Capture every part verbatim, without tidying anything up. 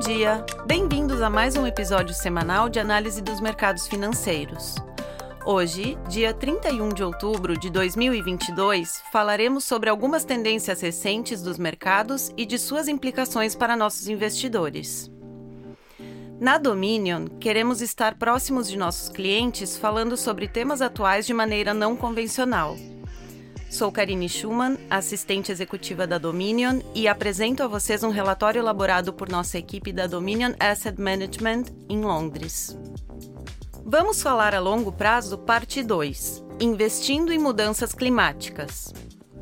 dia! Bem-vindos a mais um episódio semanal de análise dos mercados financeiros. Hoje, dia trinta e um de outubro de dois mil e vinte e dois, falaremos sobre algumas tendências recentes dos mercados e de suas implicações para nossos investidores. Na Dominion, queremos estar próximos de nossos clientes falando sobre temas atuais de maneira não convencional. Sou Karine Schumann, assistente executiva da Dominion, e apresento a vocês um relatório elaborado por nossa equipe da Dominion Asset Management, em Londres. Vamos falar a longo prazo, parte dois, Investindo em Mudanças Climáticas.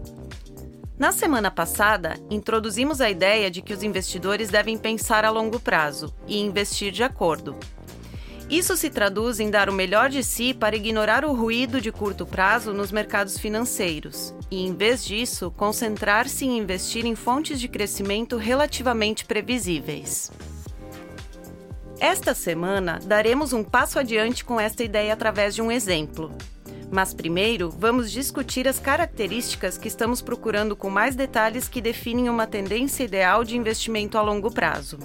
Na semana passada, introduzimos a ideia de que os investidores devem pensar a longo prazo e investir de acordo. Isso se traduz em dar o melhor de si para ignorar o ruído de curto prazo nos mercados financeiros e, em vez disso, concentrar-se em investir em fontes de crescimento relativamente previsíveis. Esta semana, daremos um passo adiante com esta ideia através de um exemplo. Mas primeiro, vamos discutir as características que estamos procurando com mais detalhes que definem uma tendência ideal de investimento a longo prazo.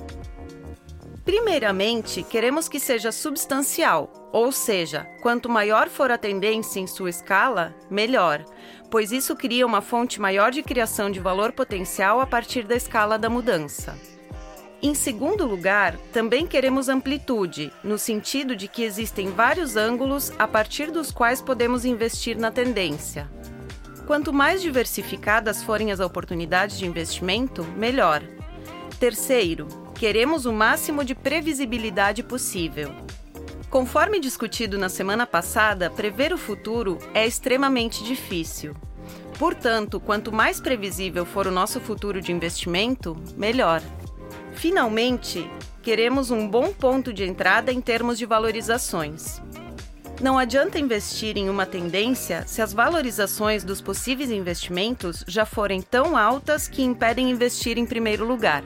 Primeiramente, queremos que seja substancial, ou seja, quanto maior for a tendência em sua escala, melhor, pois isso cria uma fonte maior de criação de valor potencial a partir da escala da mudança. Em segundo lugar, também queremos amplitude, no sentido de que existem vários ângulos a partir dos quais podemos investir na tendência. Quanto mais diversificadas forem as oportunidades de investimento, melhor. Terceiro, queremos o máximo de previsibilidade possível. Conforme discutido na semana passada, prever o futuro é extremamente difícil. Portanto, quanto mais previsível for o nosso futuro de investimento, melhor. Finalmente, queremos um bom ponto de entrada em termos de valorizações. Não adianta investir em uma tendência se as valorizações dos possíveis investimentos já forem tão altas que impedem investir em primeiro lugar.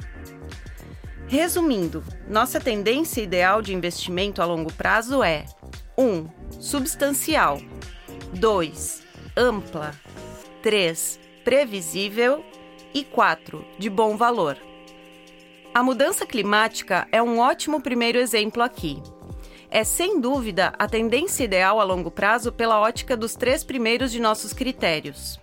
Resumindo, nossa tendência ideal de investimento a longo prazo é um. Substancial, dois. Ampla, três. Previsível e quatro. De bom valor. A mudança climática é um ótimo primeiro exemplo aqui. É, sem dúvida, a tendência ideal a longo prazo pela ótica dos três primeiros de nossos critérios.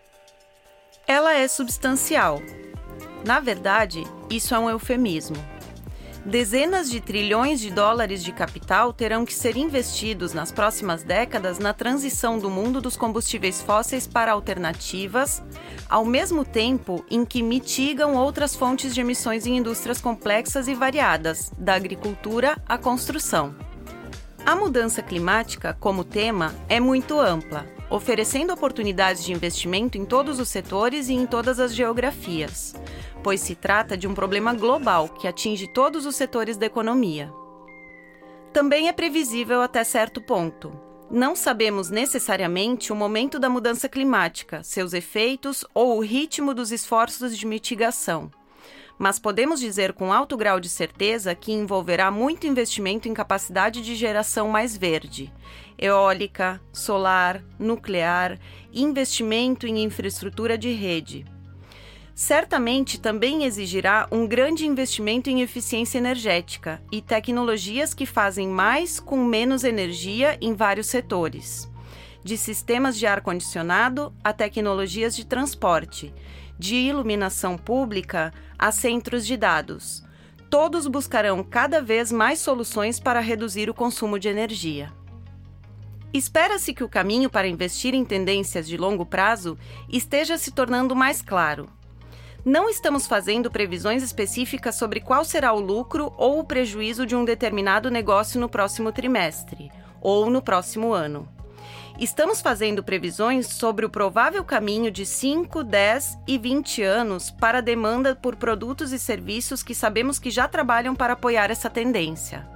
Ela é substancial. Na verdade, isso é um eufemismo. Dezenas de trilhões de dólares de capital terão que ser investidos nas próximas décadas na transição do mundo dos combustíveis fósseis para alternativas, ao mesmo tempo em que mitigam outras fontes de emissões em indústrias complexas e variadas, da agricultura à construção. A mudança climática, como tema, é muito ampla, oferecendo oportunidades de investimento em todos os setores e em todas as geografias, pois se trata de um problema global que atinge todos os setores da economia. Também é previsível até certo ponto. Não sabemos necessariamente o momento da mudança climática, seus efeitos ou o ritmo dos esforços de mitigação. Mas podemos dizer com alto grau de certeza que envolverá muito investimento em capacidade de geração mais verde, eólica, solar, nuclear e investimento em infraestrutura de rede. Certamente também exigirá um grande investimento em eficiência energética e tecnologias que fazem mais com menos energia em vários setores, de sistemas de ar-condicionado a tecnologias de transporte, de iluminação pública a centros de dados. Todos buscarão cada vez mais soluções para reduzir o consumo de energia. Espera-se que o caminho para investir em tendências de longo prazo esteja se tornando mais claro. Não estamos fazendo previsões específicas sobre qual será o lucro ou o prejuízo de um determinado negócio no próximo trimestre ou no próximo ano. Estamos fazendo previsões sobre o provável caminho de cinco, dez e vinte anos para a demanda por produtos e serviços que sabemos que já trabalham para apoiar essa tendência.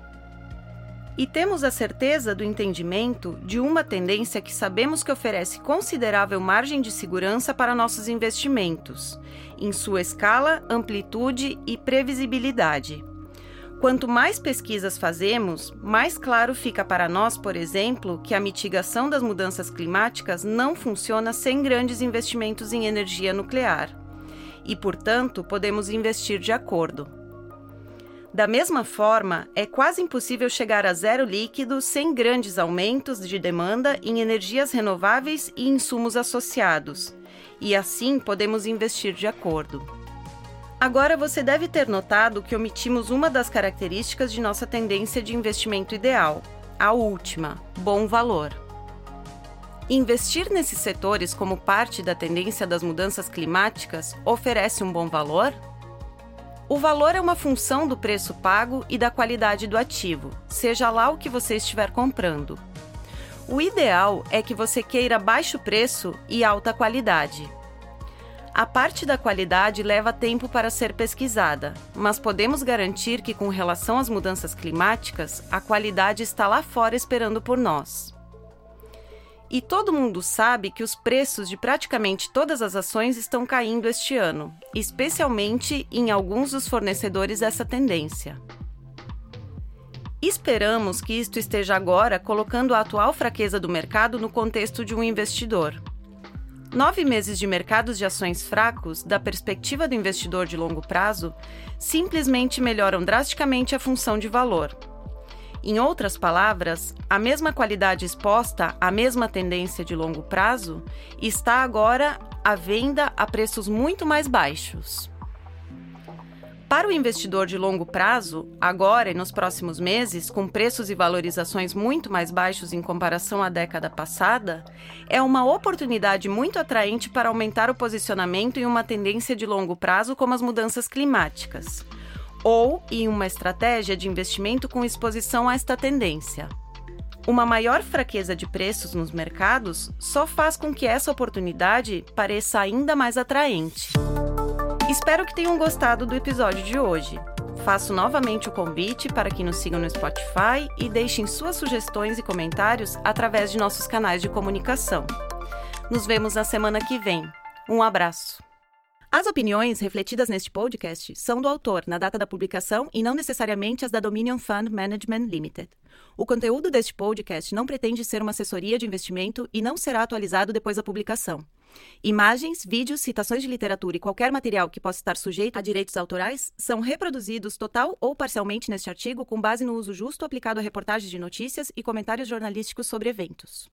E temos a certeza do entendimento de uma tendência que sabemos que oferece considerável margem de segurança para nossos investimentos, em sua escala, amplitude e previsibilidade. Quanto mais pesquisas fazemos, mais claro fica para nós, por exemplo, que a mitigação das mudanças climáticas não funciona sem grandes investimentos em energia nuclear. E, portanto, podemos investir de acordo. Da mesma forma, é quase impossível chegar a zero líquido sem grandes aumentos de demanda em energias renováveis e insumos associados, e assim podemos investir de acordo. Agora você deve ter notado que omitimos uma das características de nossa tendência de investimento ideal, a última, bom valor. Investir nesses setores como parte da tendência das mudanças climáticas oferece um bom valor? O valor é uma função do preço pago e da qualidade do ativo, seja lá o que você estiver comprando. O ideal é que você queira baixo preço e alta qualidade. A parte da qualidade leva tempo para ser pesquisada, mas podemos garantir que, com relação às mudanças climáticas, a qualidade está lá fora esperando por nós. E todo mundo sabe que os preços de praticamente todas as ações estão caindo este ano, especialmente em alguns dos fornecedores dessa tendência. Esperamos que isto esteja agora colocando a atual fraqueza do mercado no contexto de um investidor. Nove meses de mercados de ações fracos, da perspectiva do investidor de longo prazo, simplesmente melhoram drasticamente a função de valor. Em outras palavras, a mesma qualidade exposta à mesma tendência de longo prazo está agora à venda a preços muito mais baixos. Para o investidor de longo prazo, agora e nos próximos meses, com preços e valorizações muito mais baixos em comparação à década passada, é uma oportunidade muito atraente para aumentar o posicionamento em uma tendência de longo prazo como as mudanças climáticas, ou em uma estratégia de investimento com exposição a esta tendência. Uma maior fraqueza de preços nos mercados só faz com que essa oportunidade pareça ainda mais atraente. Espero que tenham gostado do episódio de hoje. Faço novamente o convite para que nos sigam no Spotify e deixem suas sugestões e comentários através de nossos canais de comunicação. Nos vemos na semana que vem. Um abraço! As opiniões refletidas neste podcast são do autor na data da publicação e não necessariamente as da Dominion Fund Management Limited. O conteúdo deste podcast não pretende ser uma assessoria de investimento e não será atualizado depois da publicação. Imagens, vídeos, citações de literatura e qualquer material que possa estar sujeito a direitos autorais são reproduzidos total ou parcialmente neste artigo com base no uso justo aplicado a reportagens de notícias e comentários jornalísticos sobre eventos.